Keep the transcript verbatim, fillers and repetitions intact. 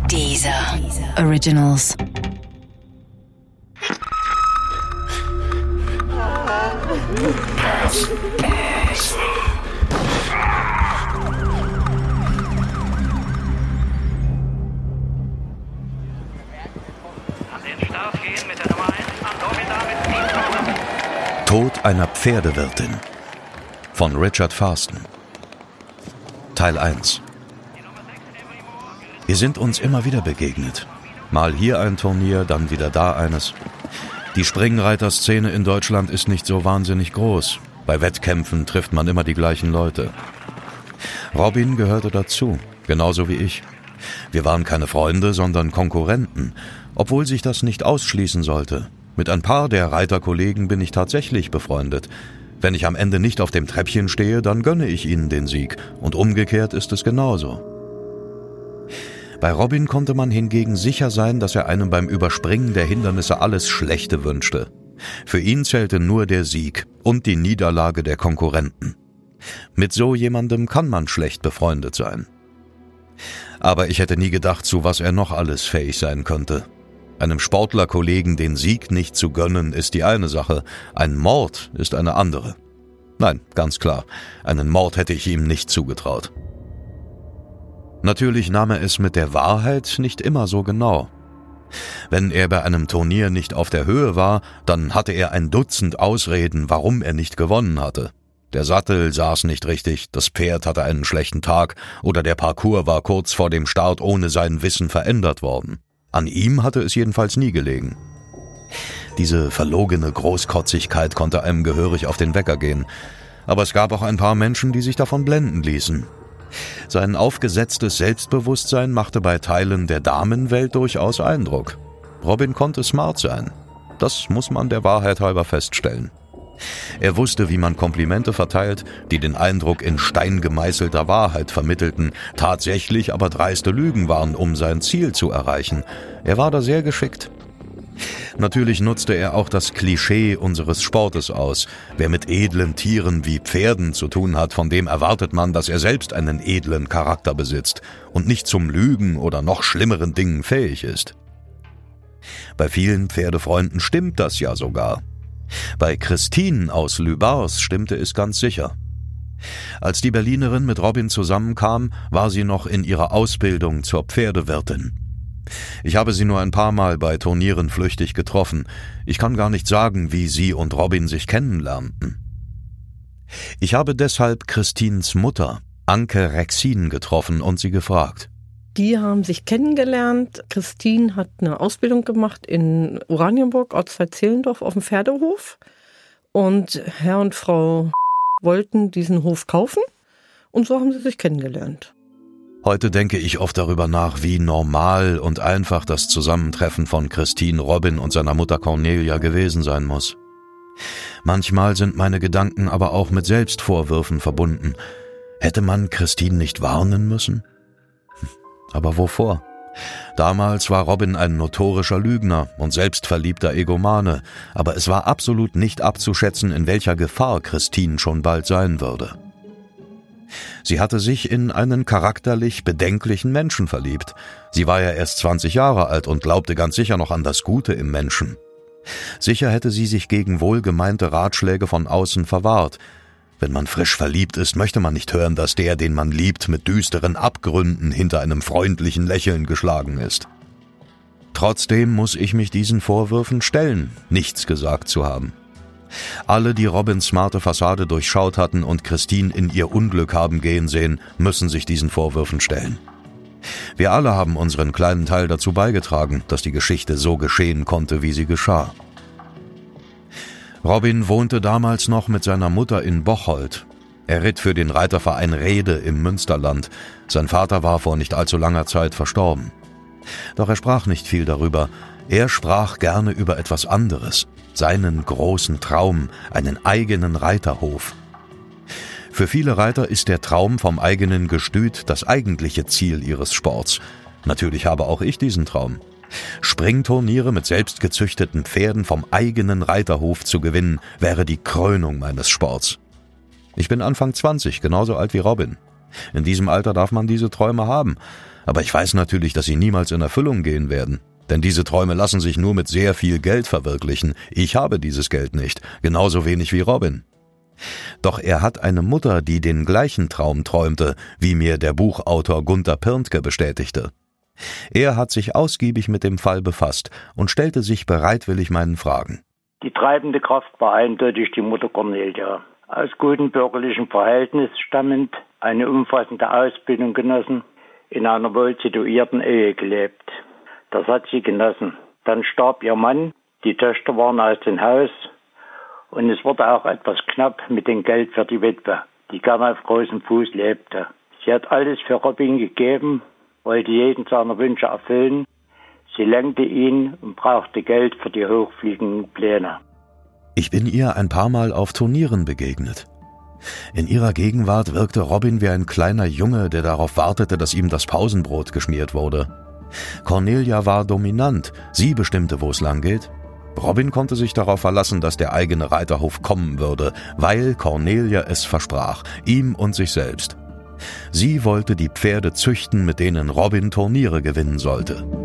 Deezer Originals. Tod einer Pferdewirtin von Richard Farston. Teil eins. Wir sind uns immer wieder begegnet. Mal hier ein Turnier, dann wieder da eines. Die Springreiterszene in Deutschland ist nicht so wahnsinnig groß. Bei Wettkämpfen trifft man immer die gleichen Leute. Robin gehörte dazu, genauso wie ich. Wir waren keine Freunde, sondern Konkurrenten, obwohl sich das nicht ausschließen sollte. Mit ein paar der Reiterkollegen bin ich tatsächlich befreundet. Wenn ich am Ende nicht auf dem Treppchen stehe, dann gönne ich ihnen den Sieg. Und umgekehrt ist es genauso. Bei Robin konnte man hingegen sicher sein, dass er einem beim Überspringen der Hindernisse alles Schlechte wünschte. Für ihn zählte nur der Sieg und die Niederlage der Konkurrenten. Mit so jemandem kann man schlecht befreundet sein. Aber ich hätte nie gedacht, zu was er noch alles fähig sein könnte. Einem Sportlerkollegen den Sieg nicht zu gönnen, ist die eine Sache, ein Mord ist eine andere. Nein, ganz klar, einen Mord hätte ich ihm nicht zugetraut. Natürlich nahm er es mit der Wahrheit nicht immer so genau. Wenn er bei einem Turnier nicht auf der Höhe war, dann hatte er ein Dutzend Ausreden, warum er nicht gewonnen hatte. Der Sattel saß nicht richtig, das Pferd hatte einen schlechten Tag oder der Parcours war kurz vor dem Start ohne sein Wissen verändert worden. An ihm hatte es jedenfalls nie gelegen. Diese verlogene Großkotzigkeit konnte einem gehörig auf den Wecker gehen. Aber es gab auch ein paar Menschen, die sich davon blenden ließen. Sein aufgesetztes Selbstbewusstsein machte bei Teilen der Damenwelt durchaus Eindruck. Robin konnte smart sein. Das muss man der Wahrheit halber feststellen. Er wusste, wie man Komplimente verteilt, die den Eindruck in Stein gemeißelter Wahrheit vermittelten, tatsächlich aber dreiste Lügen waren, um sein Ziel zu erreichen. Er war da sehr geschickt. Natürlich nutzte er auch das Klischee unseres Sportes aus. Wer mit edlen Tieren wie Pferden zu tun hat, von dem erwartet man, dass er selbst einen edlen Charakter besitzt und nicht zum Lügen oder noch schlimmeren Dingen fähig ist. Bei vielen Pferdefreunden stimmt das ja sogar. Bei Christine aus Lübars stimmte es ganz sicher. Als die Berlinerin mit Robin zusammenkam, war sie noch in ihrer Ausbildung zur Pferdewirtin. Ich habe sie nur ein paar Mal bei Turnieren flüchtig getroffen. Ich kann gar nicht sagen, wie sie und Robin sich kennenlernten. Ich habe deshalb Christines Mutter, Anke Rexin, getroffen und sie gefragt. Die haben sich kennengelernt. Christine hat eine Ausbildung gemacht in Oranienburg, Ortszeit Zehlendorf, auf dem Pferdehof. Und Herr und Frau wollten diesen Hof kaufen und so haben sie sich kennengelernt. Heute denke ich oft darüber nach, wie normal und einfach das Zusammentreffen von Christine, Robin und seiner Mutter Cornelia gewesen sein muss. Manchmal sind meine Gedanken aber auch mit Selbstvorwürfen verbunden. Hätte man Christine nicht warnen müssen? Aber wovor? Damals war Robin ein notorischer Lügner und selbstverliebter Egomane, aber es war absolut nicht abzuschätzen, in welcher Gefahr Christine schon bald sein würde. Sie hatte sich in einen charakterlich bedenklichen Menschen verliebt. Sie war ja erst zwanzig Jahre alt und glaubte ganz sicher noch an das Gute im Menschen. Sicher hätte sie sich gegen wohlgemeinte Ratschläge von außen verwahrt. Wenn man frisch verliebt ist, möchte man nicht hören, dass der, den man liebt, mit düsteren Abgründen hinter einem freundlichen Lächeln geschlagen ist. Trotzdem muss ich mich diesen Vorwürfen stellen, nichts gesagt zu haben. Alle, die Robins smarte Fassade durchschaut hatten und Christine in ihr Unglück haben gehen sehen, müssen sich diesen Vorwürfen stellen. Wir alle haben unseren kleinen Teil dazu beigetragen, dass die Geschichte so geschehen konnte, wie sie geschah. Robin wohnte damals noch mit seiner Mutter in Bocholt. Er ritt für den Reiterverein Rede im Münsterland. Sein Vater war vor nicht allzu langer Zeit verstorben. Doch er sprach nicht viel darüber. Er sprach gerne über etwas anderes. Seinen großen Traum, einen eigenen Reiterhof. Für viele Reiter ist der Traum vom eigenen Gestüt das eigentliche Ziel ihres Sports. Natürlich habe auch ich diesen Traum. Springturniere mit selbstgezüchteten Pferden vom eigenen Reiterhof zu gewinnen, wäre die Krönung meines Sports. Ich bin Anfang zwanzig, genauso alt wie Robin. In diesem Alter darf man diese Träume haben. Aber ich weiß natürlich, dass sie niemals in Erfüllung gehen werden. Denn diese Träume lassen sich nur mit sehr viel Geld verwirklichen. Ich habe dieses Geld nicht, genauso wenig wie Robin. Doch er hat eine Mutter, die den gleichen Traum träumte, wie mir der Buchautor Gunter Pirntke bestätigte. Er hat sich ausgiebig mit dem Fall befasst und stellte sich bereitwillig meinen Fragen. Die treibende Kraft war eindeutig die Mutter Cornelia. Aus guten bürgerlichen Verhältnissen stammend, eine umfassende Ausbildung genossen, in einer wohl situierten Ehe gelebt. Das hat sie genossen. Dann starb ihr Mann, die Töchter waren aus dem Haus und es wurde auch etwas knapp mit dem Geld für die Witwe, die gerne auf großem Fuß lebte. Sie hat alles für Robin gegeben, wollte jeden seiner Wünsche erfüllen. Sie lenkte ihn und brauchte Geld für die hochfliegenden Pläne. Ich bin ihr ein paar Mal auf Turnieren begegnet. In ihrer Gegenwart wirkte Robin wie ein kleiner Junge, der darauf wartete, dass ihm das Pausenbrot geschmiert wurde. Cornelia war dominant, sie bestimmte, wo es lang geht. Robin konnte sich darauf verlassen, dass der eigene Reiterhof kommen würde, weil Cornelia es versprach, ihm und sich selbst. Sie wollte die Pferde züchten, mit denen Robin Turniere gewinnen sollte.